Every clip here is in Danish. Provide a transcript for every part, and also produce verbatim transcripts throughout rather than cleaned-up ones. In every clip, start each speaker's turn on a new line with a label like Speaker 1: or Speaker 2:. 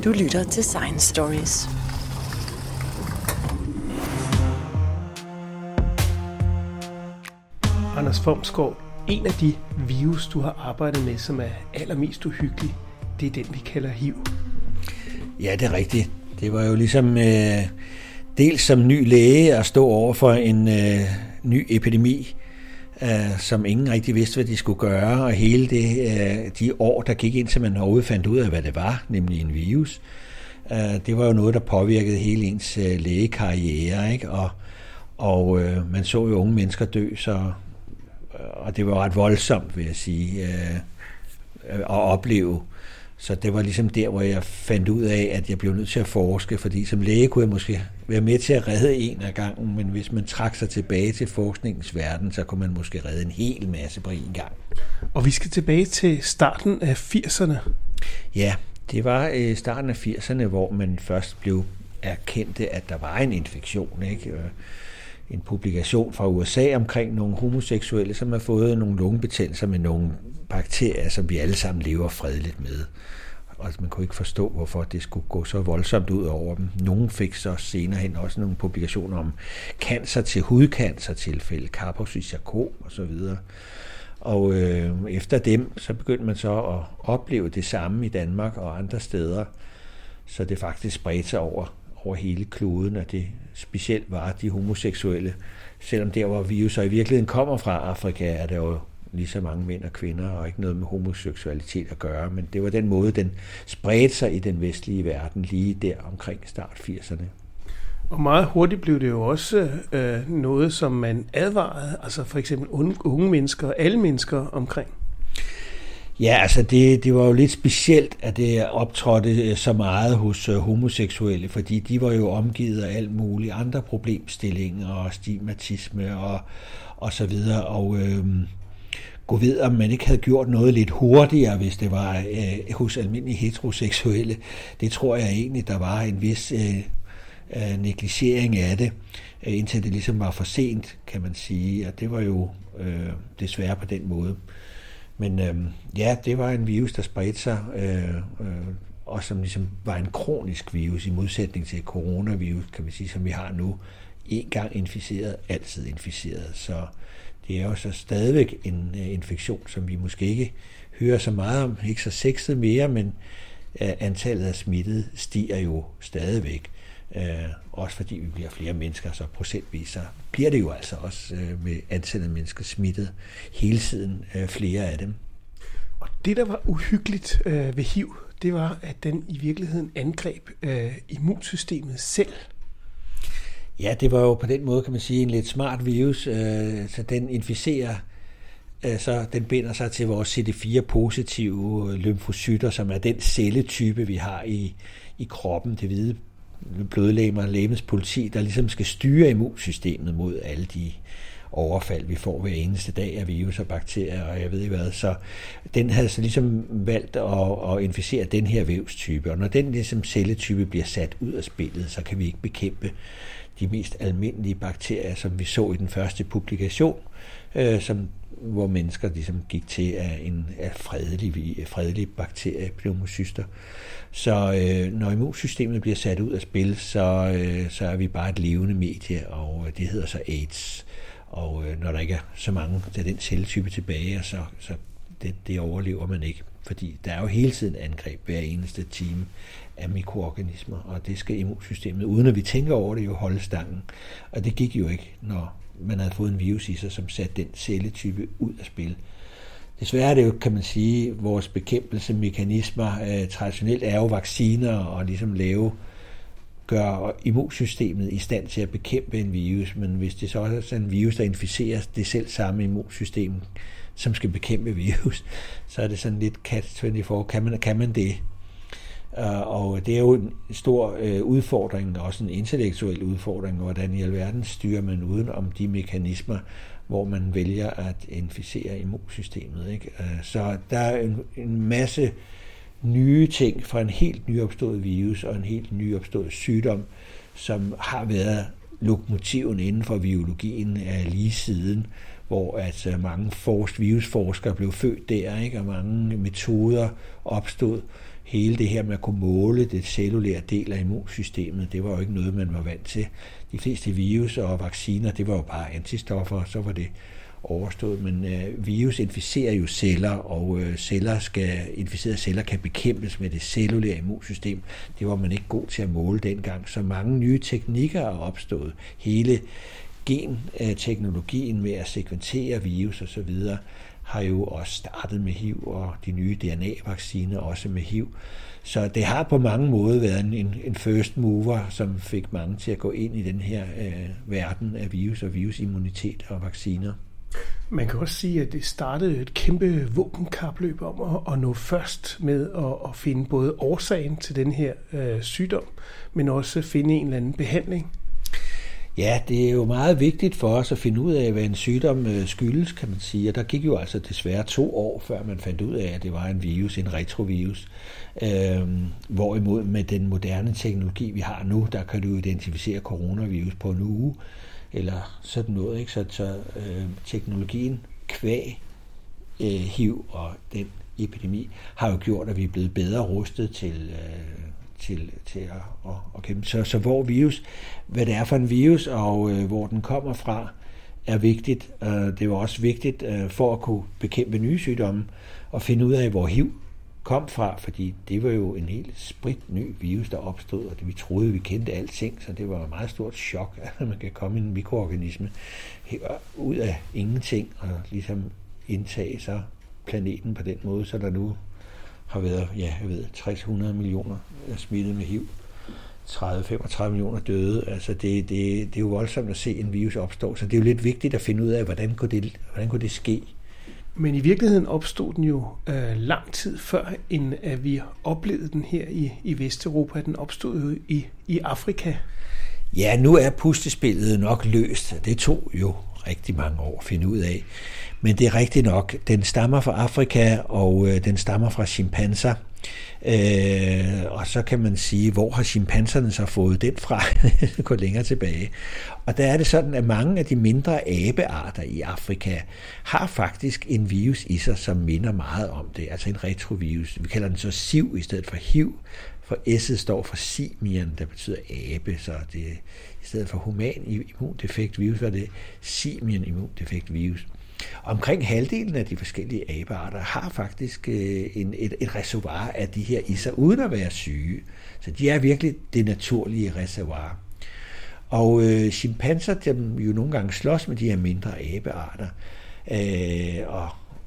Speaker 1: Du lytter til Science Stories.
Speaker 2: Anders Fomsgaard, en af de virus, du har arbejdet med, som er allermest uhyggelig, det er den, vi kalder H I V.
Speaker 3: Ja, det er rigtigt. Det var jo ligesom øh, dels som ny læge at stå over for en øh, ny epidemi, øh, som ingen rigtig vidste, hvad de skulle gøre, og hele det, øh, de år, der gik ind, til man overhovedet fandt ud af, hvad det var, nemlig en virus. Øh, det var jo noget, der påvirkede hele ens øh, lægekarriere, ikke? Og, og øh, man så jo unge mennesker dø, så, og det var ret voldsomt, vil jeg sige, øh, at opleve. Så det var ligesom der, hvor jeg fandt ud af, at jeg blev nødt til at forske, fordi som læge kunne jeg måske være med til at redde en af gangen, men hvis man trak sig tilbage til forskningens verden, så kunne man måske redde en hel masse på en gang.
Speaker 2: Og vi skal tilbage til starten af firserne.
Speaker 3: Ja, det var i starten af firserne, hvor man først blev erkendte, at der var en infektion, ikke? En publikation fra U S A omkring nogle homoseksuelle, som har fået nogle lungebetændelser med nogle bakterier, som vi alle sammen lever fredeligt med. Og man kunne ikke forstå, hvorfor det skulle gå så voldsomt ud over dem. Nogle fik så senere hen også nogle publikationer om cancer til hudcancer-tilfælde, Kaposi-sarkom og så videre. Og øh, efter dem, så begyndte man så at opleve det samme i Danmark og andre steder, så det faktisk spredte sig over over hele kloden, og det specielt var de homoseksuelle. Selvom der, hvor viruser i virkeligheden kommer fra Afrika, er der jo lige så mange mænd og kvinder, og ikke noget med homoseksualitet at gøre, men det var den måde, den spredte sig i den vestlige verden, lige der omkring start firserne.
Speaker 2: Og meget hurtigt blev det jo også øh, noget, som man advarede, altså for eksempel unge, unge mennesker, alle mennesker omkring.
Speaker 3: Ja, altså det, det var jo lidt specielt, at det optrådte så meget hos homoseksuelle, fordi de var jo omgivet af alt muligt andre problemstillinger og stigmatisme og, og så videre. Og øh, gå ved, om man ikke havde gjort noget lidt hurtigere, hvis det var øh, hos almindelige heteroseksuelle. Det tror jeg egentlig, der var en vis øh, øh, negligering af det, øh, indtil det ligesom var for sent, kan man sige. Og det var jo øh, desværre på den måde. Men øh, ja, det var en virus, der spredte sig, øh, øh, og som ligesom var en kronisk virus, i modsætning til coronavirus, kan vi sige, som vi har nu. En gang inficeret, altid inficeret. Så det er jo så stadigvæk en øh, infektion, som vi måske ikke hører så meget om, ikke så sexet mere, men øh, antallet af smittede stiger jo stadigvæk. Øh, også fordi vi bliver flere mennesker, så procentvis så bliver det jo altså også øh, med antallet af mennesker smittet hele tiden, øh, flere af dem.
Speaker 2: Og det, der var uhyggeligt øh, ved H I V, det var, at den i virkeligheden angreb øh, immunsystemet selv.
Speaker 3: Ja, det var jo på den måde, kan man sige, en lidt smart virus, øh, så den inficerer, øh, så den binder sig til vores C D fire positive lymfocytter, som er den celletype, vi har i, i kroppen, det hvide blodlegemer, legemets politi, der ligesom skal styre immunsystemet mod alle de overfald, vi får hver eneste dag af virus og bakterier, og jeg ved ikke hvad. Så den havde så ligesom valgt at, at inficere den her vævstype, og når den ligesom celletype bliver sat ud af spillet, så kan vi ikke bekæmpe de mest almindelige bakterier, som vi så i den første publikation, øh, som, hvor mennesker ligesom gik til af en af fredelig, fredelig bakterie, pneumocyster. Så øh, når immunsystemet bliver sat ud af spil, så, øh, så er vi bare et levende medie, og det hedder så AIDS. Og øh, når der ikke er så mange af den celletype tilbage, så, så det, det overlever man ikke. Fordi der er jo hele tiden angreb hver eneste time af mikroorganismer, og det skal immunsystemet, uden at vi tænker over det, jo holde stangen. Og det gik jo ikke, når man havde fået en virus i sig, som satte den celletype ud af spil. Desværre er det jo, kan man sige, vores bekæmpelsemekanismer. Øh, traditionelt er jo vacciner og ligesom lave, gør immunsystemet i stand til at bekæmpe en virus, men hvis det så også er en virus, der inficerer det selv samme immunsystem, som skal bekæmpe virus, så er det sådan lidt catch twenty-four. Kan man, kan man det? Uh, og det er jo en stor uh, udfordring, også en intellektuel udfordring, hvordan i alverden styrer man uden om de mekanismer, hvor man vælger at inficere immunsystemet, ikke? Uh, så der er en, en masse nye ting fra en helt nyopstået virus og en helt nyopstået sygdom, som har været lokomotiven inden for biologien uh, lige siden, hvor at uh, mange forsk, virusforskere blev født der, ikke? Og mange metoder opstod hele det her med at kunne måle det cellulære del af immunsystemet, det var jo ikke noget, man var vant til. De fleste virus og vacciner, det var jo bare antistoffer, så var det overstået, men øh, virus inficerer jo celler, og øh, celler skal, inficerede celler kan bekæmpes med det cellulære immunsystem. Det var man ikke god til at måle dengang, så mange nye teknikker er opstået. Hele genteknologien med at sekventere virus og så videre har jo også startet med H I V, og de nye D N A-vacciner også med H I V. Så det har på mange måder været en, en first mover, som fik mange til at gå ind i den her øh, verden af virus og virusimmunitet og vacciner.
Speaker 2: Man kan også sige, at det startede et kæmpe våbenkapløb om at, at nå først med at, at finde både årsagen til den her øh, sygdom, men også finde en eller anden behandling.
Speaker 3: Ja, det er jo meget vigtigt for os at finde ud af, hvad en sygdom skyldes, kan man sige. Og der gik jo altså desværre to år, før man fandt ud af, at det var en virus, en retrovirus. Øhm, hvorimod med den moderne teknologi, vi har nu, der kan du identificere coronavirus på en uge, eller sådan noget. Ikke? Så, så øh, teknologien kvæg øh, H I V og den epidemi har jo gjort, at vi er blevet bedre rustet til... Øh, til, til at, at, at kæmpe. Så, så hvor virus, hvad det er for en virus, og øh, hvor den kommer fra, er vigtigt. Øh, det er jo også vigtigt øh, for at kunne bekæmpe nye sygdomme, og finde ud af, hvor H I V kom fra, fordi det var jo en helt sprit ny virus, der opstod, og det, vi troede, vi kendte alting, så det var et meget stort chok, at man kan komme en mikroorganisme ud af ingenting, og ligesom indtage så planeten på den måde, så der nu har været, ja, jeg ved, tres til hundrede millioner smittet med H I V, tredive til femogtredive millioner døde. Altså det, det, det er jo voldsomt at se en virus opstå, så det er jo lidt vigtigt at finde ud af, hvordan kunne det, hvordan kunne det ske.
Speaker 2: Men i virkeligheden opstod den jo øh, lang tid før, end at vi oplevede den her i, i Vesteuropa. Den opstod jo i, i Afrika.
Speaker 3: Ja, nu er puslespillet nok løst. Det tog jo rigtig mange år at finde ud af. Men det er rigtigt nok. Den stammer fra Afrika, og øh, den stammer fra chimpanser. Øh, og så kan man sige, hvor har chimpanserne så fået den fra? Gå længere tilbage. Og der er det sådan, at mange af de mindre abearter i Afrika har faktisk en virus i sig, som minder meget om det. Altså en retrovirus. Vi kalder den så S I V i stedet for H I V. For S'et står for simian, der betyder abe, så det i stedet for human immundefekt virus, var det simian immundefekt virus. Omkring halvdelen af de forskellige abearter har faktisk en, et, et reservoir af de her i sig, uden at være syge. Så de er virkelig det naturlige reservoir. Og øh, chimpanser, dem jo nogle gange slås med de her mindre abearter, øh, og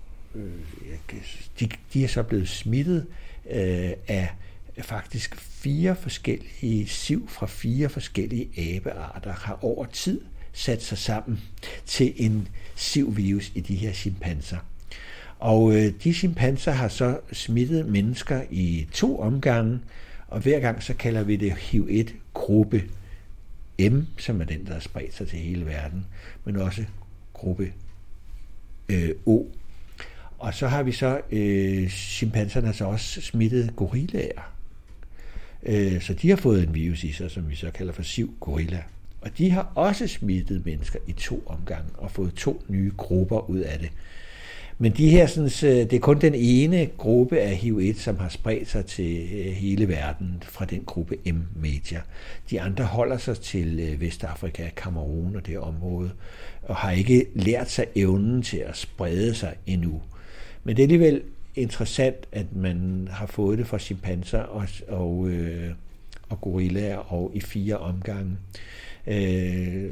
Speaker 3: øh, de, de er så blevet smittet øh, af faktisk fire forskellige siv fra fire forskellige abearter har over tid sat sig sammen til en sivvirus i de her chimpanser. Og øh, de chimpanser har så smittet mennesker i to omgange, og hver gang så kalder vi det H I V et gruppe M, som er den, der har spredt sig til hele verden, men også gruppe øh, O. Og så har vi så øh, chimpanserne så også smittet gorillaer. Øh, så de har fået en virus i sig, som vi så kalder for S I V-gorilla. Og de har også smittet mennesker i to omgange og fået to nye grupper ud af det. Men de her, sådan, det er kun den ene gruppe af H I V et, som har spredt sig til hele verden fra den gruppe M-major. De andre holder sig til Vestafrika, Kamerun og det område, og har ikke lært sig evnen til at sprede sig endnu. Men det er alligevel interessant, at man har fået det fra chimpanser og, og, øh, og gorillaer og i fire omgange. Øh,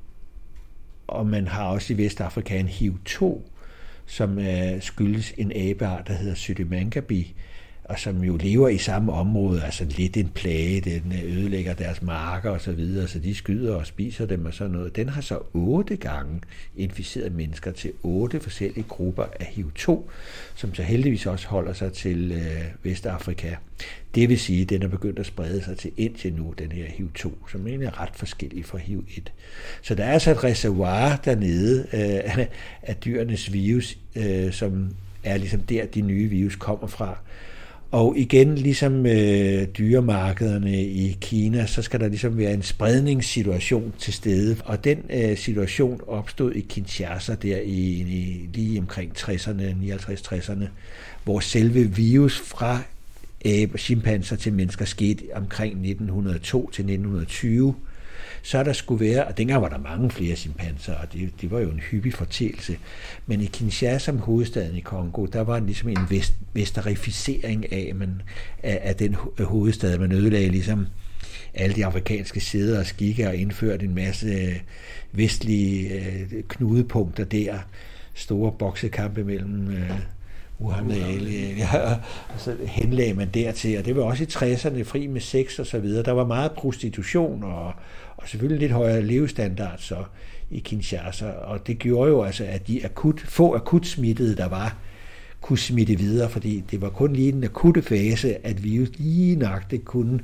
Speaker 3: og man har også i Vestafrika en H I V to, som er, skyldes en abeart, der hedder Sydemangabi, og som jo lever i samme område, altså lidt en plage, den ødelægger deres marker og så videre, så de skyder og spiser dem og sådan noget. Den har så otte gange inficeret mennesker til otte forskellige grupper af H I V to, som så heldigvis også holder sig til øh, Vestafrika. Det vil sige, at den er begyndt at sprede sig til Indien nu, den her H I V to, som egentlig er ret forskellig fra H I V et. Så der er altså et reservoir dernede øh, af dyrenes virus, øh, som er ligesom der, de nye virus kommer fra. Og igen, ligesom øh, dyremarkederne i Kina, så skal der ligesom være en spredningssituation til stede. Og den øh, situation opstod i Kinshasa der i, i lige omkring tresserne, nioghalvtreds tresserne, hvor selve virus fra abe, chimpanser til mennesker skete omkring nitten hundrede og to til nitten tyve. Så er der skulle være, og dengang var der mange flere chimpanser, og det, det var jo en hyppig fortælelse, men i Kinshasa, hovedstaden i Kongo, der var ligesom en vest, vesterificering af, man, af, af den hovedstad. Man ødelagde ligesom alle de afrikanske sæder og skikke og indførte en masse vestlige øh, knudepunkter der, store boksekampe mellem øh, Muhammad Ali, ja, og så henlagde man dertil, og det var også i tresserne, fri med sex og så videre. Der var meget prostitution og, og selvfølgelig lidt højere levestandard så i Kinshasa, og det gjorde jo altså, at de akut, få akut smittede, der var, kunne smitte videre, fordi det var kun lige den akutte fase, at virus lige nøjagtigt kunne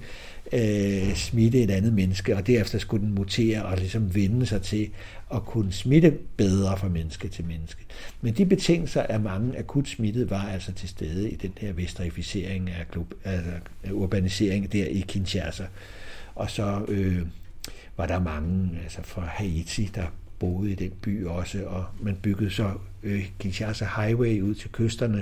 Speaker 3: øh, smitte et andet menneske, og derefter skulle den mutere og ligesom vende sig til at kunne smitte bedre fra menneske til menneske. Men de betingelser af mange akut smittede var altså til stede i den her vesterificering af, klub, altså urbanisering der i Kinshasa. Og så øh, var der mange altså fra Haiti, der boede i den by også, og man byggede så øh, Kinshasa Highway ud til kysterne,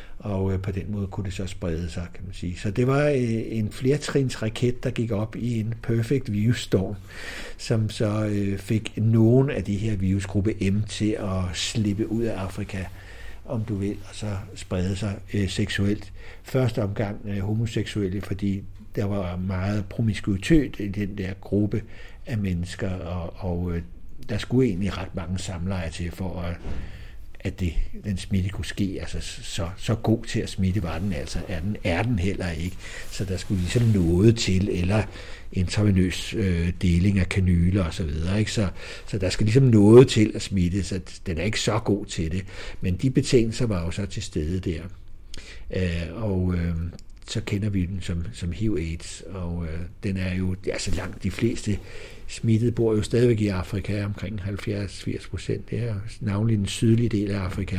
Speaker 3: og øh, på den måde kunne det så sprede sig, kan man sige. Så det var øh, en flertrins raket, der gik op i en perfect virusstorm, som så øh, fik nogen af de her virusgruppe M til at slippe ud af Afrika, om du vil, og så sprede sig øh, seksuelt. Første omgang øh, homoseksuelle, fordi der var meget promiskuitet i den der gruppe af mennesker, og, og øh, der skulle egentlig ret mange samleje til, for at, at det, den smitte kunne ske. Altså, så, så god til at smitte var den altså, er den, er den heller ikke. Så der skulle ligesom noget til, eller intravenøs øh, deling af kanyler og så videre. Ikke? Så, så der skal ligesom noget til at smitte, så den er ikke så god til det. Men de betingelser var jo så til stede der. Øh, og øh, så kender vi den som, som H I V-AIDS, og øh, den er jo, altså langt de fleste smittede bor jo stadigvæk i Afrika, omkring halvfjerds til firs procent, det er navnlig den sydlige del af Afrika.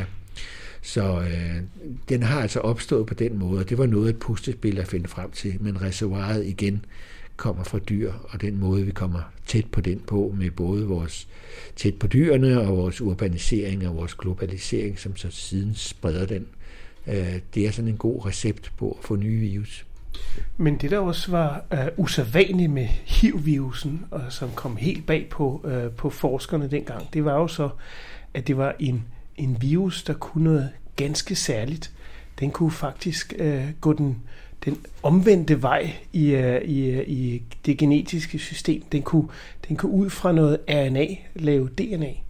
Speaker 3: Så øh, den har altså opstået på den måde, og det var noget et puslespil at finde frem til, men reservoiret igen kommer fra dyr, og den måde vi kommer tæt på den på, med både vores tæt på dyrene, og vores urbanisering og vores globalisering, som så siden spreder den. Øh, det er sådan en god recept på at få nye virus.
Speaker 2: Men det der også var uh, usædvanligt med H I V-virusen, og som kom helt bag på, uh, på forskerne dengang, det var jo så, at det var en, en virus, der kunne noget ganske særligt. Den kunne faktisk uh, gå den, den omvendte vej i, uh, i, uh, i det genetiske system. Den kunne, den kunne ud fra noget R N A lave D N A.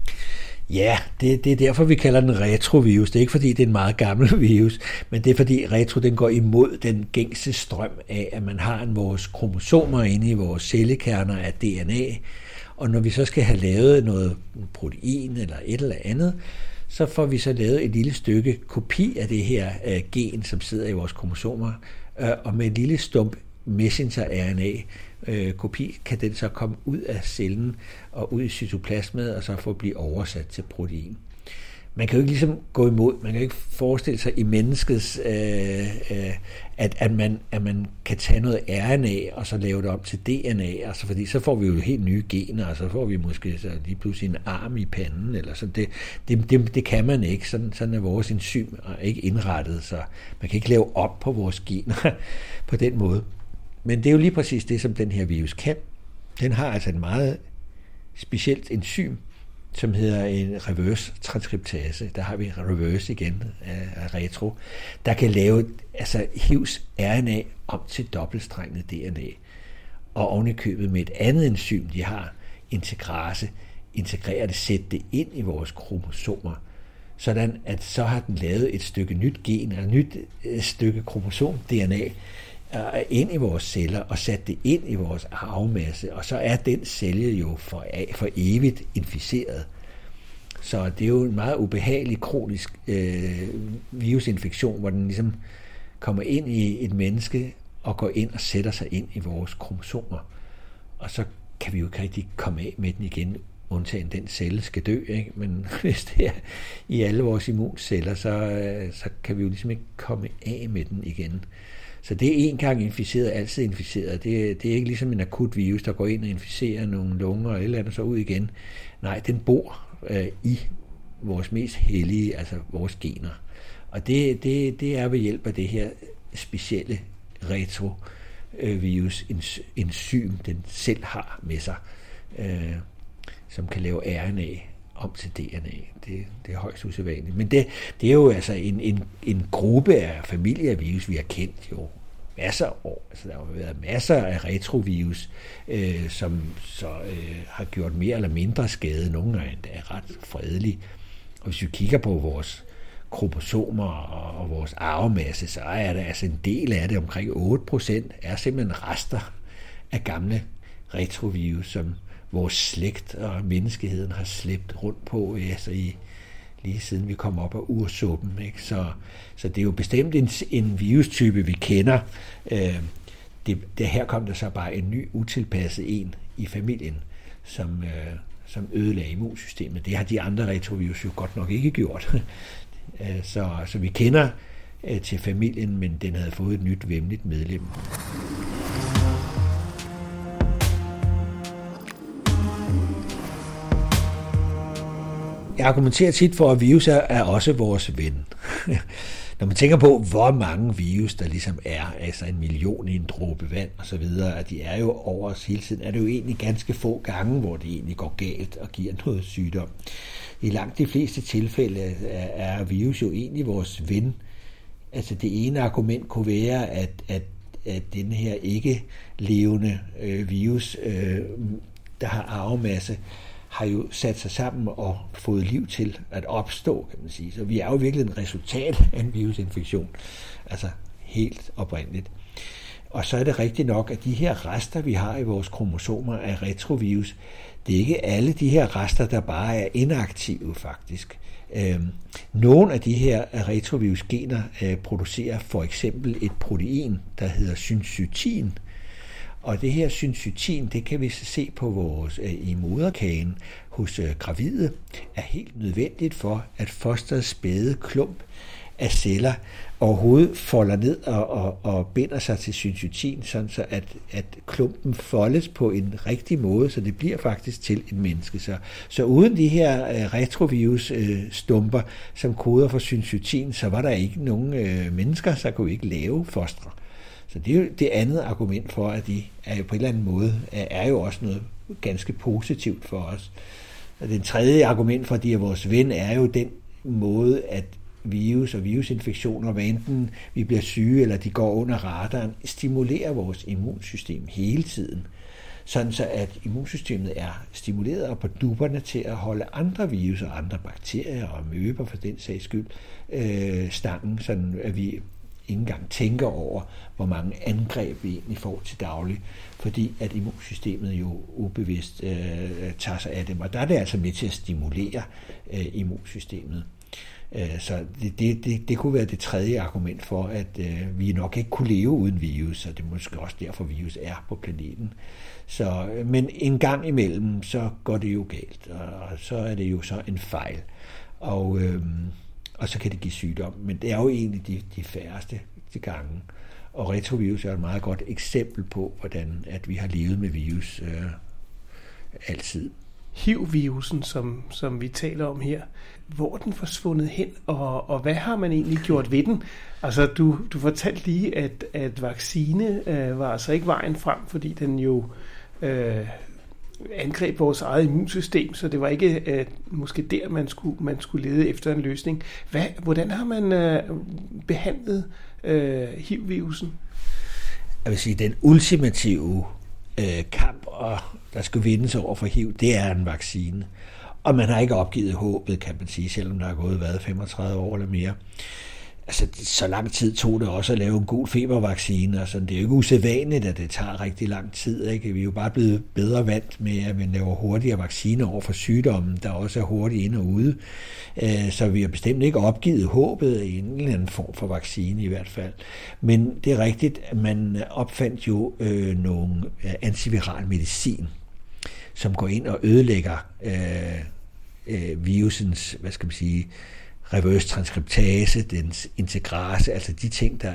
Speaker 3: Ja, det, det er derfor, vi kalder den retrovirus. Det er ikke, fordi det er en meget gammel virus, men det er, fordi retro den går imod den gængse strøm af, at man har en vores kromosomer inde i vores cellekerner af D N A, og når vi så skal have lavet noget protein eller et eller andet, så får vi så lavet et lille stykke kopi af det her uh, gen, som sidder i vores kromosomer, uh, og med en lille stump messenger-R N A, øh, kopi, kan den så komme ud af cellen og ud i cytoplasmet, og så få blive oversat til protein. Man kan jo ikke ligesom gå imod, man kan ikke forestille sig i menneskets, øh, øh, at, at, man, at man kan tage noget R N A, og så lave det om til D N A, altså fordi så får vi jo helt nye gener, og så får vi måske så lige pludselig en arm i panden, eller sådan. Det, det, det, det kan man ikke, sådan, sådan er vores enzym ikke indrettet, så man kan ikke lave op på vores gener på den måde. Men det er jo lige præcis det, som den her virus kan. Den har altså en meget specielt enzym, som hedder en reverse transkriptase. Der har vi reverse igen af retro, der kan lave altså H I V's R N A om til dobbeltstrenget D N A. Og ovenikøbet med et andet enzym, de har, integrase, integrerer det, sætte det ind i vores kromosomer, sådan at så har den lavet et stykke nyt gen, eller et nyt stykke kromosom D N A, ind i vores celler og sat det ind i vores arvemasse, og så er den celle jo for, for evigt inficeret. Så det er jo en meget ubehagelig kronisk øh, virusinfektion, hvor den ligesom kommer ind i et menneske og går ind og sætter sig ind i vores kromosomer. Og så kan vi jo ikke rigtig komme af med den igen, undtagen den celle skal dø, ikke? Men hvis det er i alle vores immunceller, så, så kan vi jo ligesom ikke komme af med den igen. Så det er en gang inficeret, altid inficeret. Det, det er ikke ligesom en akut virus, der går ind og inficerer nogle lunger og et eller andet, så ud igen. Nej, den bor øh, i vores mest hellige, altså vores gener. Og det, det, det er ved hjælp af det her specielle retrovirus enzym, den selv har med sig, øh, som kan lave R N A om til D N A. Det, det er højst usædvanligt. Men det, det er jo altså en, en, en gruppe af familievirus, vi har kendt jo masser af år. Altså, der har været masser af retrovirus, øh, som så øh, har gjort mere eller mindre skade. Nogle gange er ret fredelige. Og hvis vi kigger på vores kromosomer og, og vores arvemasse, så er der altså en del af det, omkring otte procent, er simpelthen rester af gamle retrovirus, som vores slægt og menneskeheden har slæbt rundt på, altså i, lige siden vi kom op af ursuppen. Ikke? Så, så det er jo bestemt en, en virustype, vi kender. Øh, det, det, her kom der så bare en ny, utilpasset en i familien, som, øh, som ødelagde immunsystemet. Det har de andre retrovirus jo godt nok ikke gjort. så, så vi kender øh, til familien, men den havde fået et nyt væmmeligt medlem. Jeg argumenterer tit for, at virus er også vores ven. Når man tænker på, hvor mange virus der ligesom er, altså en million i en dråbe vand og så videre, at de er jo over os hele tiden, er det jo egentlig ganske få gange, hvor det egentlig går galt og giver noget sygdom. I langt de fleste tilfælde er virus jo egentlig vores ven. Altså det ene argument kunne være, at, at, at den her ikke levende øh, virus, øh, der har arvemasse, har jo sat sig sammen og fået liv til at opstå, kan man sige. Så vi er jo virkelig en resultat af en virusinfektion. Altså helt oprindeligt. Og så er det rigtigt nok, at de her rester, vi har i vores kromosomer af retrovirus, det er ikke alle de her rester, der bare er inaktive faktisk. Øhm, nogle af de her retrovirusgener øh, producerer for eksempel et protein, der hedder syncytin. Og det her syncytin, det kan vi se på vores øh, i moderkagen hos øh, gravide, er helt nødvendigt for, at fosterets spæde klump af celler overhovedet folder ned og, og, og binder sig til syncytin, sådan så at, at klumpen foldes på en rigtig måde, så det bliver faktisk til et menneske. Så, så uden de her øh, retrovirus-stumper, øh, som koder for syncytin, så var der ikke nogen øh, mennesker, så kunne ikke lave fostre. Så det er jo det andet argument for, at de er jo på en eller anden måde, er jo også noget ganske positivt for os. Og den tredje argument for, at de er vores ven, er jo den måde, at virus og virusinfektioner, hvad enten vi bliver syge, eller de går under radaren, stimulerer vores immunsystem hele tiden. Sådan så, at immunsystemet er stimuleret og på dupperne til at holde andre virus og andre bakterier og amøber for den sags skyld øh, stangen, sådan at vi ikke engang tænker over, hvor mange angreb vi egentlig får til daglig, fordi at immunsystemet jo ubevidst øh, tager sig af dem, og der er det altså med til at stimulere øh, immunsystemet. Øh, så det, det, det, det kunne være det tredje argument for, at øh, vi nok ikke kunne leve uden virus, og det er måske også derfor, virus er på planeten. Så, men en gang imellem, så går det jo galt, og så er det jo så en fejl. Og øh, og så kan det give sygdom. Men det er jo egentlig de, de færreste til gange. Og retrovirus er et meget godt eksempel på, hvordan at vi har levet med virus øh, altid.
Speaker 2: H I V-virusen, som, som vi taler om her, hvor er den forsvundet hen, og, og hvad har man egentlig gjort ved den? Altså, du, du fortalte lige, at, at vaccine øh, var altså ikke vejen frem, fordi den jo øh, angreb vores eget immunsystem, så det var ikke øh, måske der, man skulle, man skulle lede efter en løsning. Hvad, hvordan har man øh, behandlet øh, H I V-virusen?
Speaker 3: Jeg vil sige, den ultimative øh, kamp, og der skal vindes over for H I V, det er en vaccine. Og man har ikke opgivet håbet, kan man sige, selvom der er gået været femogtredive år eller mere. Altså, så lang tid tog det også at lave en god febervaccine. Altså, det er jo ikke usædvanligt, at det tager rigtig lang tid. Ikke? Vi er jo bare blevet bedre vant med, at man laver hurtigere vacciner over for sygdommen, der også er hurtigt ind og ude. Så vi har bestemt ikke opgivet håbet i en eller anden form for vaccine i hvert fald. Men det er rigtigt, at man opfandt jo øh, nogle antiviral medicin, som går ind og ødelægger øh, øh, virusens, hvad skal man sige, reverse transkriptase, dens integrase, altså de ting, der er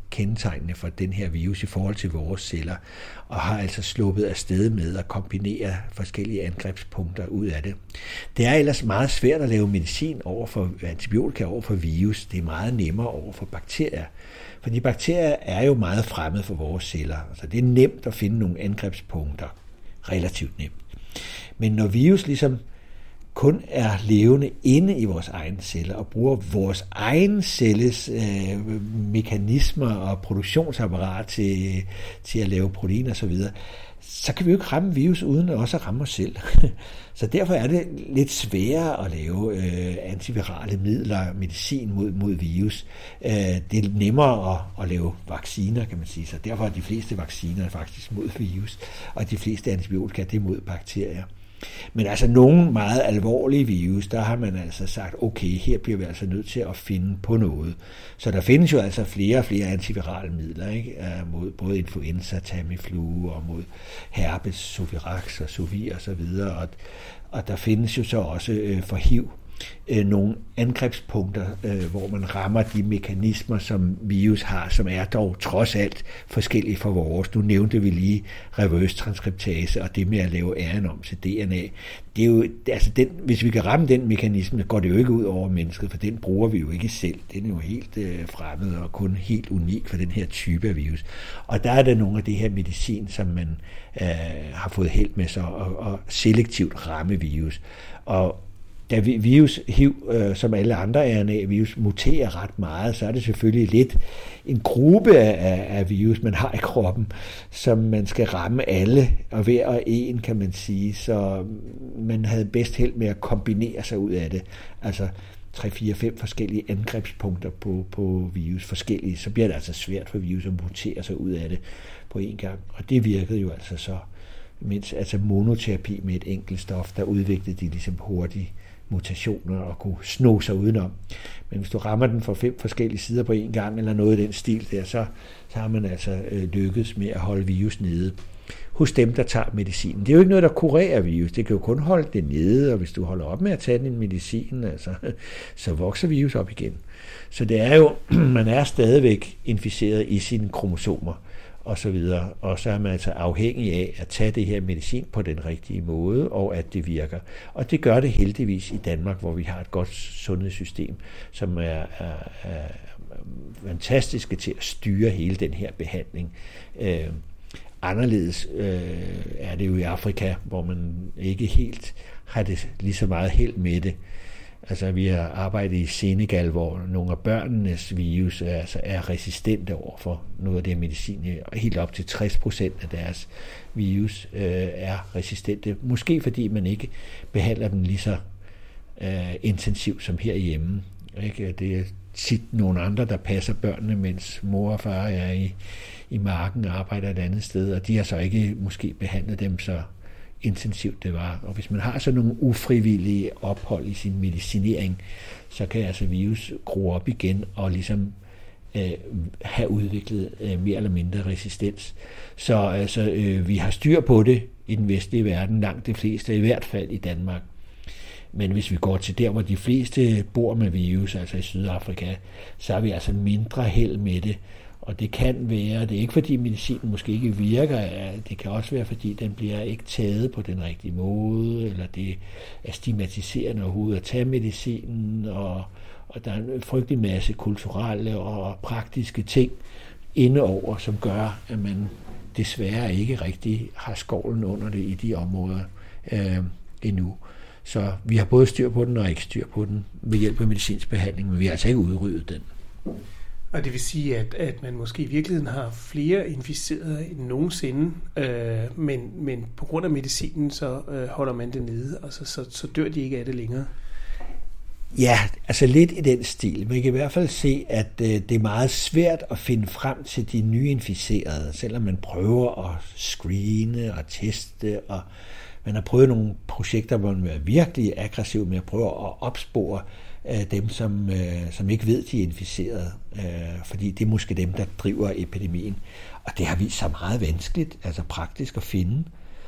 Speaker 3: kendetegnende for den her virus i forhold til vores celler, og har altså sluppet afsted med at kombinere forskellige angrebspunkter ud af det. Det er ellers meget svært at lave medicin over for antibiotika over for virus. Det er meget nemmere over for bakterier. Fordi bakterier er jo meget fremmede for vores celler. Så det er nemt at finde nogle angrebspunkter. Relativt nemt. Men når virus ligesom kun er levende inde i vores egne celler og bruger vores egen celles øh, mekanismer og produktionsapparat til, til at lave proteiner osv., så, så kan vi jo ikke ramme virus uden også at ramme os selv. Så derfor er det lidt sværere at lave øh, antivirale midler, medicin mod, mod virus. Øh, det er nemmere at, at lave vacciner, kan man sige. Så derfor er de fleste vacciner faktisk mod virus, og de fleste antibiotika det er mod bakterier. Men altså nogle meget alvorlige virus, der har man altså sagt, okay, her bliver vi altså nødt til at finde på noget. Så der findes jo altså flere og flere antivirale midler, ikke? Mod både influenza, Tamiflu og mod herpes, Sovirax og Sovir og så videre. Og, og der findes jo så også øh, for H I V øh, nogle angrebspunkter, øh, hvor man rammer de mekanismer, som virus har, som er dog trods alt forskellige fra vores. Nu nævnte vi lige reverse transkriptase og det med at lave R N A om til D N A. Det er jo, altså den, hvis vi kan ramme den mekanisme, går det jo ikke ud over mennesket, for den bruger vi jo ikke selv. Den er jo helt øh, fremmed og kun helt unik for den her type af virus. Og der er der nogle af det her medicin, som man øh, har fået held med så at, at selektivt ramme virus. Og da virus, H I V, øh, som alle andre R N A-virus, muterer ret meget, så er det selvfølgelig lidt en gruppe af, af virus, man har i kroppen, som man skal ramme alle, og hver og en, kan man sige, så man havde bedst held med at kombinere sig ud af det. Altså tre, fire, fem forskellige angrebspunkter på, på virus, forskellige, så bliver det altså svært for virus at mutere sig ud af det på en gang. Og det virkede jo altså så, mens altså monoterapi med et enkelt stof, der udviklede de ligesom hurtigt mutationer og kunne sno sig udenom. Men hvis du rammer den fra fem forskellige sider på en gang, eller noget i den stil der, så, så har man altså øh, lykkedes med at holde virus nede hos dem, der tager medicinen. Det er jo ikke noget, der kurerer virus. Det kan jo kun holde det nede, og hvis du holder op med at tage din medicin, altså, så vokser virus op igen. Så det er jo, man er stadigvæk inficeret i sine kromosomer, og så videre. Og så er man altså afhængig af at tage det her medicin på den rigtige måde, og at det virker. Og det gør det heldigvis i Danmark, hvor vi har et godt sundhedssystem, som er, er, er fantastiske til at styre hele den her behandling. Øh, anderledes øh, er det jo i Afrika, hvor man ikke helt har det lige så meget held med det. Altså, vi har arbejdet i Senegal, hvor nogle af børnenes virus er, altså, er resistente over for noget af det medicin. Helt op til tres procent af deres virus øh, er resistente. Måske fordi man ikke behandler dem lige så øh, intensivt som herhjemme. Ikke? Det er tit nogle andre, der passer børnene, mens mor og far er i, i marken og arbejder et andet sted, og de har så ikke måske behandlet dem så intensivt det var. Og hvis man har så nogle ufrivillige ophold i sin medicinering, så kan altså virus gro op igen og ligesom øh, have udviklet øh, mere eller mindre resistens. Så altså, øh, vi har styr på det i den vestlige verden, langt de fleste, i hvert fald i Danmark. Men hvis vi går til der, hvor de fleste bor med virus, altså i Sydafrika, så har vi altså mindre held med det. Og det kan være, det er ikke fordi medicinen måske ikke virker, det kan også være fordi den bliver ikke taget på den rigtige måde, eller det er stigmatiserende overhovedet at tage medicinen, og, og der er en frygtelig masse kulturelle og praktiske ting indeover, som gør, at man desværre ikke rigtig har skovlen under det i de områder øh, endnu. Så vi har både styr på den og ikke styr på den ved hjælp af medicinsk behandling, men vi har altså ikke udryddet den.
Speaker 2: Og det vil sige, at, at man måske i virkeligheden har flere inficerede end nogensinde, øh, men, men på grund af medicinen, så øh, holder man det nede, og så, så, så dør de ikke af det længere.
Speaker 3: Ja, altså lidt i den stil. Man kan i hvert fald se, at øh, det er meget svært at finde frem til de nye inficerede, selvom man prøver at screene og teste, og man har prøvet nogle projekter, hvor man er virkelig aggressiv med at prøve at opspore dem, som, øh, som ikke ved, de er inficeret, øh, fordi det er måske dem, der driver epidemien. Og det har vist sig meget vanskeligt, altså praktisk at finde.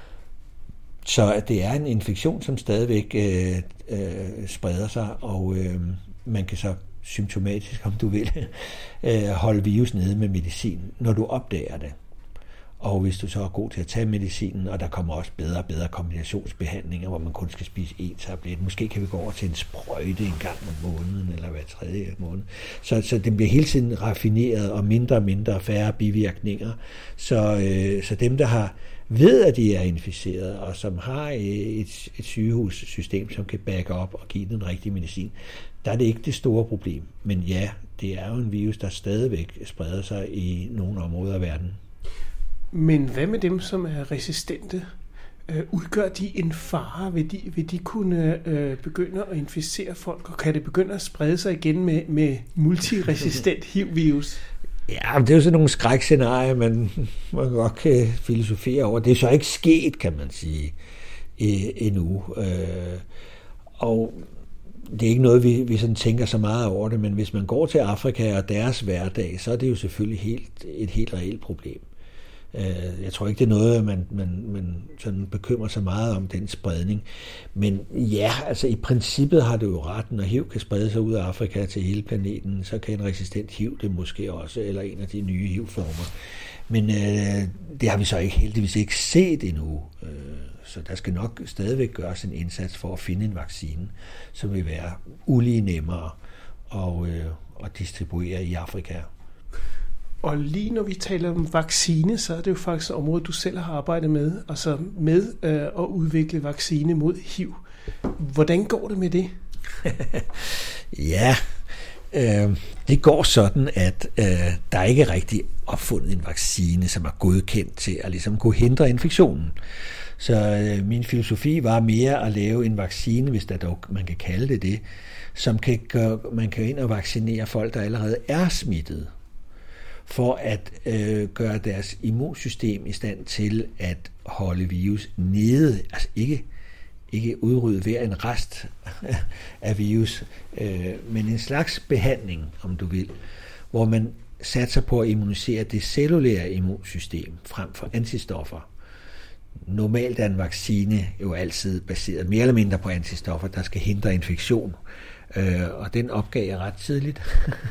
Speaker 3: Så det er en infektion, som stadigvæk øh, øh, spreder sig, og øh, man kan så symptomatisk, om du vil, holde virus nede med medicin, når du opdager det. Og hvis du så er god til at tage medicinen, og der kommer også bedre og bedre kombinationsbehandlinger, hvor man kun skal spise én tablet. Måske kan vi gå over til en sprøjte en gang om måneden, eller hver tredje måned. Så, så den bliver hele tiden raffineret, og mindre og mindre og færre bivirkninger. Så, øh, så dem, der har ved, at de er inficeret, og som har et, et sygehussystem, som kan backe op og give den rigtige medicin, der er det ikke det store problem. Men ja, det er jo en virus, der stadigvæk spreder sig i nogle områder af verden.
Speaker 2: Men hvad med dem, som er resistente? Øh, udgør de en fare? Vil de, vil de kunne øh, begynde at inficere folk, og kan det begynde at sprede sig igen med, med multiresistent H I V-virus?
Speaker 3: Ja, det er jo sådan nogle skrækscenarier, man, man godt kan filosofere over. Det er så ikke sket, kan man sige, endnu. Øh, og det er ikke noget, vi, vi sådan tænker så meget over det, men hvis man går til Afrika og deres hverdag, så er det jo selvfølgelig helt, et helt reelt problem. Jeg tror ikke, det er noget, man, man, man sådan bekymrer sig meget om, den spredning. Men ja, altså i princippet har det jo ret, når H I V kan sprede sig ud af Afrika til hele planeten, så kan en resistent H I V det måske også, eller en af de nye H I V-former. Men øh, det har vi så ikke heldigvis ikke set endnu. Så der skal nok stadigvæk gøres en indsats for at finde en vaccine, som vil være ulige nemmere at, øh, at distribuere i Afrika.
Speaker 2: Og lige når vi taler om vaccine, så er det jo faktisk et område, du selv har arbejdet med, altså med øh, at udvikle vaccine mod H I V. Hvordan går det med det?
Speaker 3: ja, øh, det går sådan, at øh, der ikke er rigtig opfundet en vaccine, som er godkendt til at ligesom kunne hindre infektionen. Så øh, min filosofi var mere at lave en vaccine, hvis der dog man kan kalde det det, som kan gøre, man kan ind og vaccinere folk, der allerede er smittet, for at øh, gøre deres immunsystem i stand til at holde virus nede, altså ikke, ikke udrydde hver en rest af virus, øh, men en slags behandling, om du vil, hvor man satser på at immunisere det cellulære immunsystem frem for antistoffer. Normalt er en vaccine jo altid baseret mere eller mindre på antistoffer, der skal hindre infektion. Øh, og den opgav jeg ret tidligt.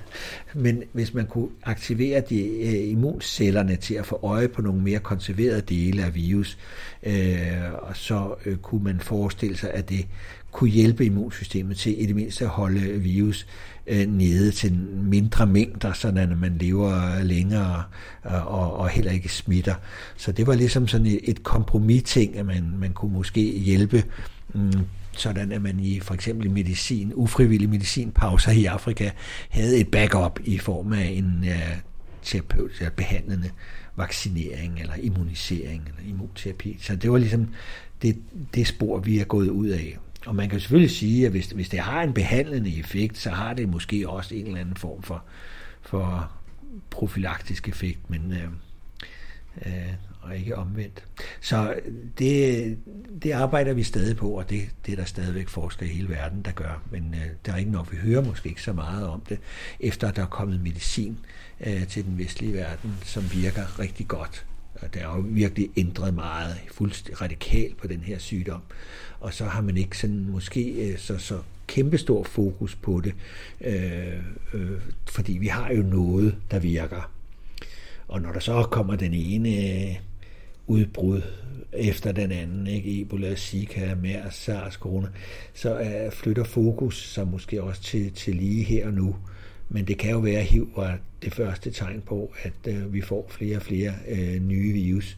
Speaker 3: Men hvis man kunne aktivere de øh, immuncellerne til at få øje på nogle mere konserverede dele af virus, øh, og så øh, kunne man forestille sig, at det kunne hjælpe immunsystemet til i det mindste at holde virus øh, nede til mindre mængder, sådan at man lever længere øh, og, og heller ikke smitter. Så det var ligesom sådan et, et kompromis-ting, at man, man kunne måske hjælpe mm, sådan at man i for eksempel medicin, ufrivillig medicinpauser i Afrika, havde et backup i form af en uh, terapeutisk behandlende vaccinering eller immunisering eller immunterapi. Så det var ligesom det, det spor, vi er gået ud af. Og man kan selvfølgelig sige, at hvis, hvis det har en behandlende effekt, så har det måske også en eller anden form for, for profylaktisk effekt, men øh, øh, og ikke omvendt. Så det, det arbejder vi stadig på, og det, det er der stadigvæk forskere i hele verden, der gør. Men øh, der er ikke nok, vi hører måske ikke så meget om det, efter at der er kommet medicin øh, til den vestlige verden, som virker rigtig godt. Og der er jo virkelig ændret meget, fuldstændig radikalt på den her sygdom. Og så har man ikke sådan måske øh, så, så kæmpestor fokus på det, øh, øh, fordi vi har jo noget, der virker. Og når der så kommer den ene øh, udbrud efter den anden, ikke? Ebola, Zika, MERS, SARS, corona, så øh, flytter fokus så måske også til, til lige her og nu. Men det kan jo være, at H I V var det første tegn på, at øh, vi får flere og flere øh, nye virus.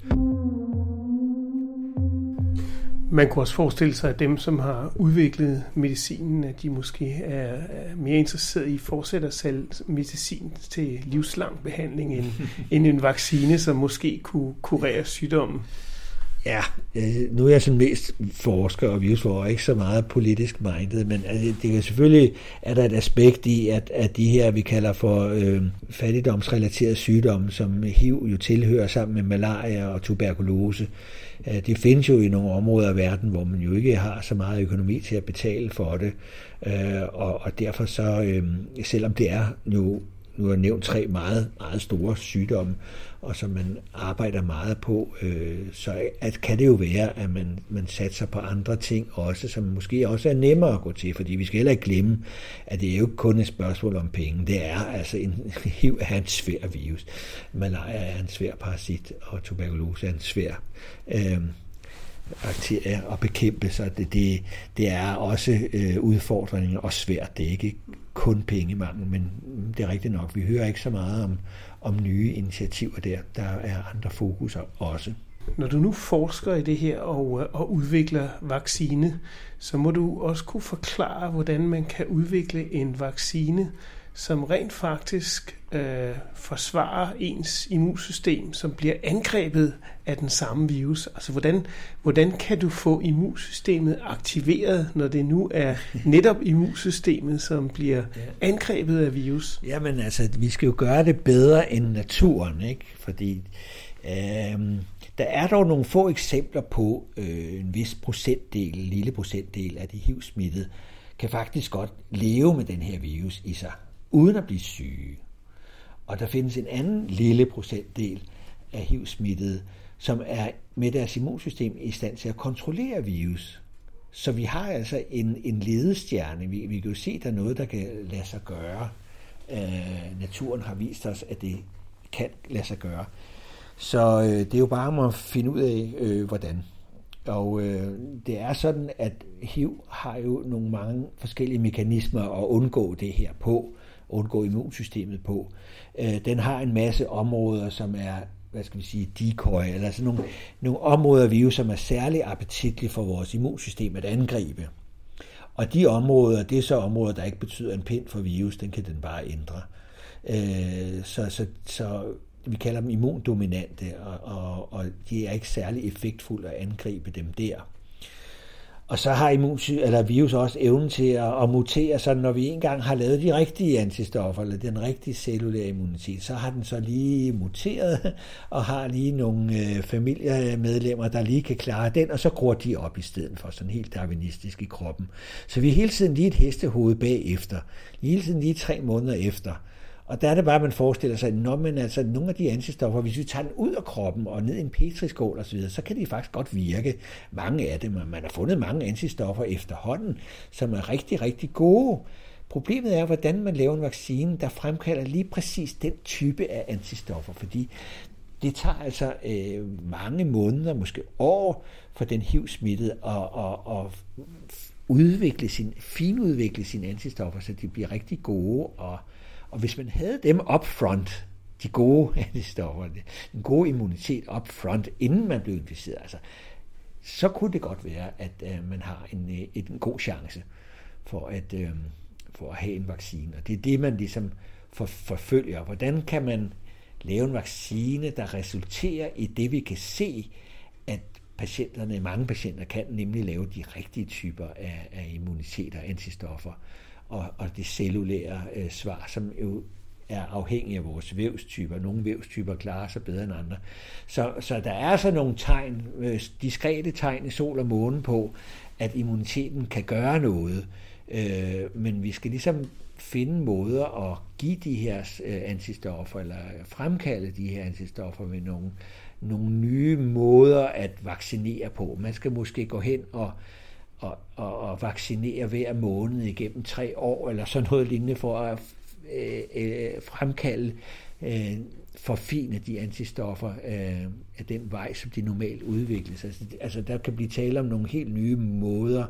Speaker 2: Man kunne også forestille sig, at dem, som har udviklet medicinen, at de måske er mere interesseret i at fortsætte at sælge medicin til livslang behandling end, end en vaccine, som måske kunne kurere sygdommen.
Speaker 3: Ja, øh, nu er jeg sådan mest forsker og virusforsker, ikke så meget politisk minded, men altså, det er selvfølgelig er der et aspekt i, at, at de her, vi kalder for øh, fattigdomsrelaterede sygdomme, som H I V jo tilhører sammen med malaria og tuberkulose, øh, det findes jo i nogle områder af verden, hvor man jo ikke har så meget økonomi til at betale for det, øh, og, og derfor så, øh, selvom det er jo nu har jeg nævnt tre meget, meget store sygdomme, og som man arbejder meget på, øh, så at, kan det jo være, at man, man satser på andre ting også, som måske også er nemmere at gå til, fordi vi skal heller ikke glemme, at det er jo ikke kun et spørgsmål om penge. Det er altså en H I V er en svær virus. Malaria er en svær parasit, og tuberkulose er en svær øh, bakterier at bekæmpe, så det, det, det er også øh, udfordringer og svært. Det er ikke kun pengemangel, men det er rigtigt nok. Vi hører ikke så meget om, om nye initiativer der. Der er andre fokuser også.
Speaker 2: Når du nu forsker i det her og, og udvikler vaccine, så må du også kunne forklare, hvordan man kan udvikle en vaccine, som rent faktisk øh, forsvarer ens immunsystem, som bliver angrebet af den samme virus. Altså, hvordan, hvordan kan du få immunsystemet aktiveret, når det nu er netop immunsystemet, som bliver angrebet af virus?
Speaker 3: Jamen, altså, vi skal jo gøre det bedre end naturen, ikke? Fordi øh, der er dog nogle få eksempler på øh, en vis procentdel, en lille procentdel af de H I V-smittede, kan faktisk godt leve med den her virus i sig, uden at blive syge. Og der findes en anden lille procentdel af H I V-smittede, som er med deres immunsystem i stand til at kontrollere virus. Så vi har altså en, en ledestjerne. Vi, vi kan jo se, at der er noget, der kan lade sig gøre. Øh, naturen har vist os, at det kan lade sig gøre. Så øh, det er jo bare om at finde ud af, øh, hvordan. Og øh, det er sådan, at H I V har jo nogle mange forskellige mekanismer at undgå det her på, undgå immunsystemet på. Øh, den har en masse områder, som er, hvad skal vi sige, decoy, eller sådan nogle, nogle områder af virus, som er særlig appetitlige for vores immunsystem at angribe. Og de områder, det er så områder, der ikke betyder en pind for virus, den kan den bare ændre. Øh, så, så, så vi kalder dem immundominante, og, og, og de er ikke særlig effektfulde at angribe dem der. Og så har immunsy- eller virus også evnen til at, at mutere, så når vi engang har lavet de rigtige antistoffer, eller den rigtige cellulære immunitet, så har den så lige muteret, og har lige nogle øh, familiemedlemmer, der lige kan klare den, og så gror de op i stedet for, sådan helt darwinistisk i kroppen. Så vi er hele tiden lige et hestehoved bagefter, hele tiden lige tre måneder efter. Og der er det bare, at man forestiller sig, når man altså nogle af de antistoffer, hvis vi tager den ud af kroppen og ned i en petriskål og så videre, så kan de faktisk godt virke. Mange af dem, man har fundet mange antistoffer efterhånden, som er rigtig, rigtig gode. Problemet er, hvordan man laver en vaccine, der fremkalder lige præcis den type af antistoffer, fordi det tager altså øh, mange måneder, måske år, for den H I V-smittede at, at, at udvikle sin, finudvikle sine antistoffer, så de bliver rigtig gode. Og Og hvis man havde dem up front, de gode antistoffer, den gode immunitet up front, inden man blev inficeret, altså, så kunne det godt være, at øh, man har en, en, en god chance for at, øh, for at have en vaccine. Og det er det, man ligesom for, forfølger. Hvordan kan man lave en vaccine, der resulterer i det, vi kan se, at patienterne, mange patienter kan nemlig lave de rigtige typer af, af immunitet og antistoffer, og, og det cellulære øh, svar, som jo er afhængige af vores vævstyper. Nogle vævstyper klarer sig bedre end andre. Så, så der er altså nogle tegn, øh, diskrete tegn i sol og måne på, at immuniteten kan gøre noget. Øh, men vi skal ligesom finde måder at give de her øh, antistoffer, eller fremkalde de her antistoffer med nogle, nogle nye måder at vaccinere på. Man skal måske gå hen og Og, og, og vaccinere hver måned igennem tre år, eller sådan noget lignende, for at øh, øh, fremkalde, øh, forfine de antistoffer øh, af den vej, som de normalt udvikles. Altså, altså der kan blive tale om nogle helt nye måder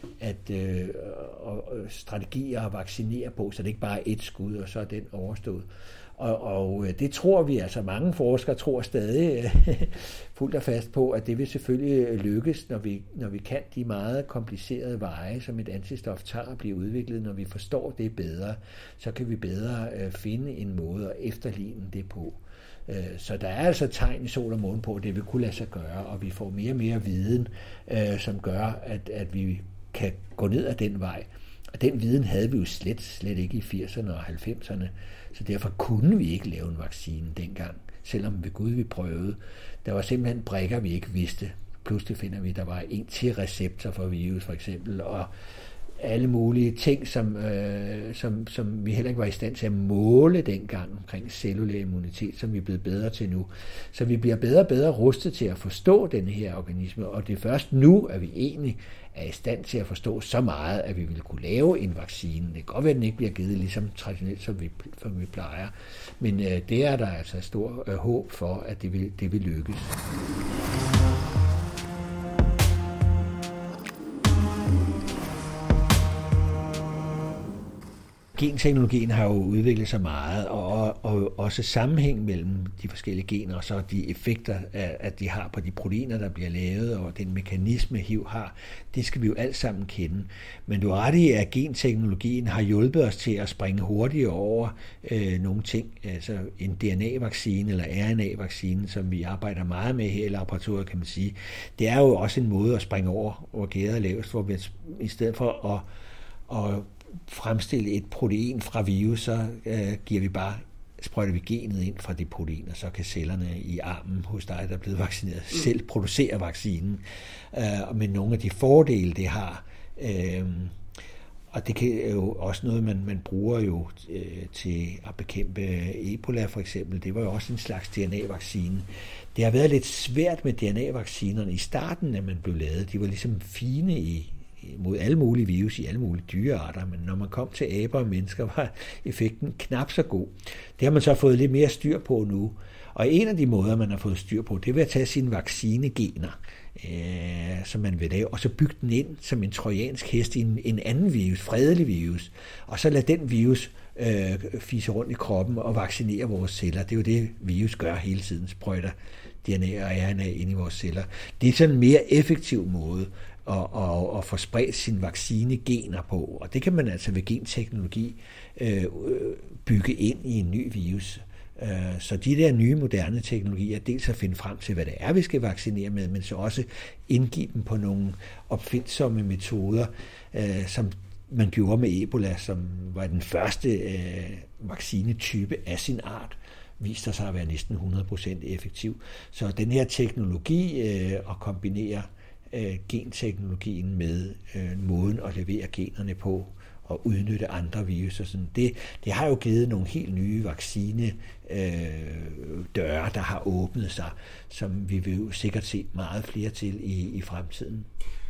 Speaker 3: at øh, og, og strategier at vaccinere på, så det ikke bare er et skud, og så er den overstået. Og, og det tror vi, altså mange forskere tror stadig fuldt og fast på, at det vil selvfølgelig lykkes, når vi, når vi kan de meget komplicerede veje, som et antistof tager at blive udviklet. Når vi forstår det bedre, så kan vi bedre øh, finde en måde at efterligne det på. Øh, så der er altså tegn i sol og måne på, at det vil kunne lade sig gøre, og vi får mere og mere viden, øh, som gør, at, at vi kan gå ned ad den vej. Og den viden havde vi jo slet, slet ikke i firserne og halvfemserne, så derfor kunne vi ikke lave en vaccine dengang, selvom ved Gud vi prøvede. Der var simpelthen brikker, vi ikke vidste. Pludselig finder vi, at der var en til receptor for virus for eksempel, og alle mulige ting, som, øh, som, som vi heller ikke var i stand til at måle dengang omkring cellulær immunitet, som vi er blevet bedre til nu. Så vi bliver bedre og bedre rustet til at forstå denne her organisme, og det er først nu, at vi egentlig er i stand til at forstå så meget, at vi vil kunne lave en vaccine. Det kan godt være, at den ikke bliver givet ligesom traditionelt, som vi, som vi plejer, men øh, det er der altså stor øh, håb for, at det vil, det vil lykkes. Genteknologien har jo udviklet sig meget, og, og også sammenhæng mellem de forskellige gener, og så de effekter, at de har på de proteiner, der bliver lavet, og den mekanisme, H I V har, det skal vi jo alt sammen kende. Men du er ret i, at genteknologien har hjulpet os til at springe hurtigere over øh, nogle ting. Altså en D N A-vaccine eller R N A-vaccine, som vi arbejder meget med her i laboratoriet, kan man sige. Det er jo også en måde at springe over, hvor gæret er lavest, hvor vi i stedet for at, at fremstille et protein fra virus, så øh, giver vi bare, sprøjter vi genet ind fra det protein, og så kan cellerne i armen hos dig, der er blevet vaccineret, selv producere vaccinen. Øh, med nogle af de fordele, det har. Øh, og det kan jo også noget, man, man bruger jo øh, til at bekæmpe Ebola for eksempel. Det var jo også en slags D N A-vaccine. Det har været lidt svært med D N A-vaccinerne i starten, da man blev lavet. De var ligesom fine i mod alle mulige virus i alle mulige dyrearter, men når man kom til aber og mennesker, var effekten knap så god. Det har man så fået lidt mere styr på nu. Og en af de måder, man har fået styr på, det er ved at tage sine vaccinegener, øh, som man vil lave, og så bygge den ind som en trojansk hest i en, en anden virus, fredelig virus, og så lade den virus øh, fise rundt i kroppen og vaccinere vores celler. Det er jo det, virus gør hele tiden, sprøjter D N A og R N A ind i vores celler. Det er sådan en mere effektiv måde og, og, og få spredt sine vaccinegener på. Og det kan man altså ved genteknologi øh, bygge ind i en ny virus. Øh, så de der nye moderne teknologier, dels at finde frem til, hvad det er, vi skal vaccinere med, men så også indgive dem på nogle opfindsomme metoder, øh, som man gjorde med Ebola, som var den første øh, vaccinetype af sin art, viste sig at være næsten hundrede procent effektiv. Så den her teknologi øh, at kombinere øh, genteknologien med øh, måden at levere generne på og udnytte andre virus og sådan, det, det har jo givet nogle helt nye vaccine øh, døre, der har åbnet sig, som vi vil jo sikkert se meget flere til i, i fremtiden.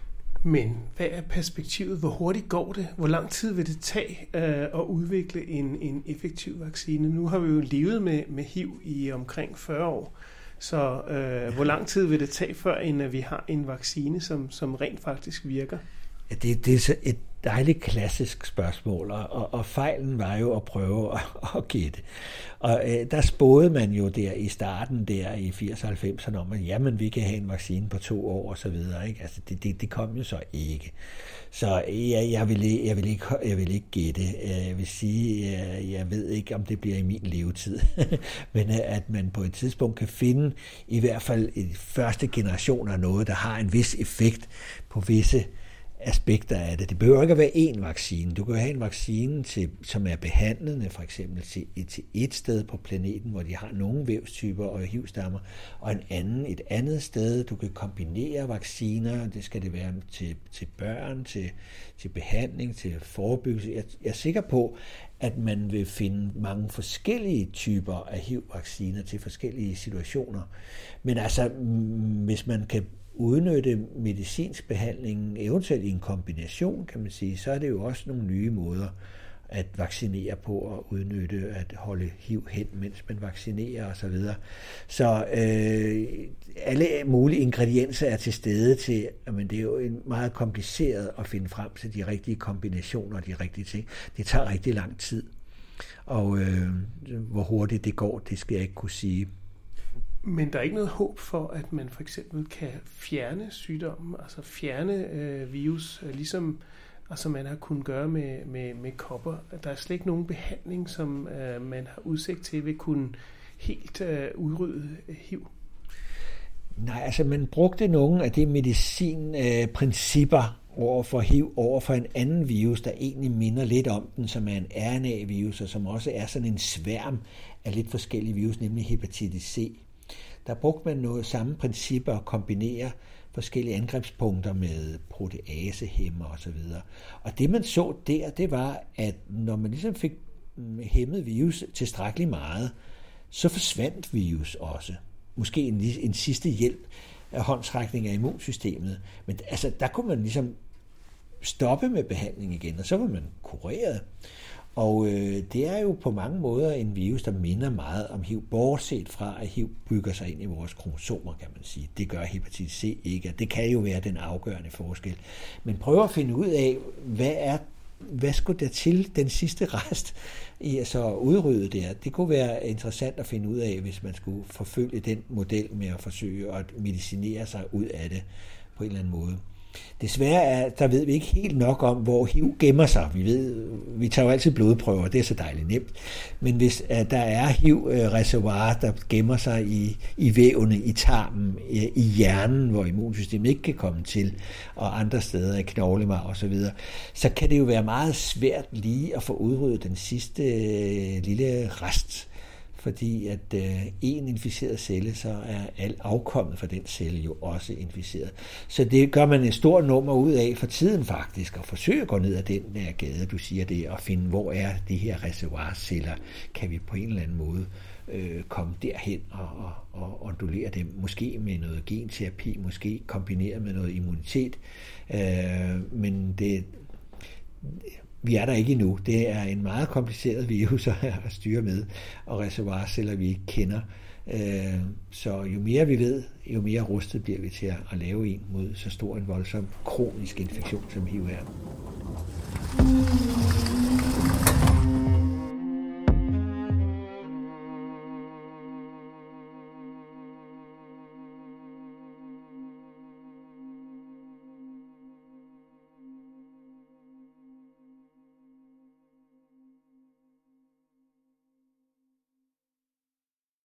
Speaker 2: Men hvad er perspektivet? Hvor hurtigt går det? Hvor lang tid vil det tage øh, at udvikle en, en effektiv vaccine? Nu har vi jo levet med, med H I V i omkring fyrre år, så øh, hvor lang tid vil det tage, før end vi har en vaccine, som, som rent faktisk virker?
Speaker 3: Ja, det, det er så et dejligt klassisk spørgsmål, og, og fejlen var jo at prøve at, at gætte. Og øh, der spåede man jo der i starten, der i firs og halvfemserne, om at jamen, vi kan have en vaccine på to år og så videre. Ikke? Altså, det, det, det kom jo så ikke. Så ja, jeg, vil, jeg, vil ikke, jeg vil ikke gætte. Jeg vil sige, jeg, jeg ved ikke, om det bliver i min levetid. Men at man på et tidspunkt kan finde i hvert fald i første generation af noget, der har en vis effekt på visse aspekter af det. Det behøver ikke at være én vaccine. Du kan have en vaccine, til, som er behandlende, for eksempel til, til et sted på planeten, hvor de har nogle vævstyper og H I V-stammer, og en anden et andet sted. Du kan kombinere vacciner. Det skal det være til, til børn, til, til behandling, til forebyggelse. Jeg, jeg er sikker på, at man vil finde mange forskellige typer af H I V-vacciner til forskellige situationer. Men altså, hvis man kan udnytte medicinsk behandling, eventuelt i en kombination, kan man sige, så er det jo også nogle nye måder at vaccinere på og udnytte, at holde H I V hen, mens man vaccinerer osv. Så, så øh, alle mulige ingredienser er til stede til, men det er jo meget kompliceret at finde frem til de rigtige kombinationer og de rigtige ting. Det tager rigtig lang tid, og øh, hvor hurtigt det går, det skal jeg ikke kunne sige.
Speaker 2: Men der er ikke noget håb for, at man for eksempel kan fjerne sygdommen, altså fjerne øh, virus, øh, ligesom altså man har kunnet gøre med, med, med kopper. Der er slet ikke nogen behandling, som øh, man har udsigt til, vil kunne helt øh, udrydde H I V.
Speaker 3: Nej, altså man brugte nogle af de medicinprincipper øh, over for H I V, over for en anden virus, der egentlig minder lidt om den, som er en R N A-virus, og som også er sådan en sværm af lidt forskellige virus, nemlig hepatitis C. der brugte man noget samme principper at kombinere forskellige angrebspunkter med proteasehæmmer osv. Og det man så der, det var, at når man ligesom fik hæmmet virus tilstrækkeligt meget, så forsvandt virus også. Måske en, en sidste hjælp af håndsrækning af immunsystemet. Men altså, der kunne man ligesom stoppe med behandling igen, og så var man kureret. Og øh, det er jo på mange måder en virus, der minder meget om H I V, bortset fra, at H I V bygger sig ind i vores kromosomer, kan man sige. Det gør hepatitis C ikke, og det kan jo være den afgørende forskel. Men prøv at finde ud af, hvad er hvad skulle der til den sidste rest i at så udrydde det her? Det kunne være interessant at finde ud af, hvis man skulle forfølge den model med at forsøge at medicinere sig ud af det på en eller anden måde. Desværre er, der ved vi ikke helt nok om, hvor H I V gemmer sig. Vi ved, vi tager jo altid blodprøver, det er så dejligt nemt. Men hvis at der er H I V-reservoirer, der gemmer sig i, i vævene, i tarmen, i, i hjernen, hvor immunsystemet ikke kan komme til, og andre steder i knoglemarv og så videre, så kan det jo være meget svært lige at få udryddet den sidste øh, lille rest. Fordi at øh, en inficeret celle, så er alt afkommet fra den celle jo også inficeret. Så det gør man en stor nummer ud af for tiden faktisk, at forsøge at gå ned ad den der gade, du siger det, og finde, hvor er de her reservoirceller, kan vi på en eller anden måde øh, komme derhen og, og, og ondulere dem, måske med noget genterapi, måske kombineret med noget immunitet, øh, men det vi er der ikke endnu. Det er en meget kompliceret virus at styre med, og reservoirceller, vi ikke kender. Så jo mere vi ved, jo mere rustet bliver vi til at lave en mod så stor en voldsom kronisk infektion, som H I V er.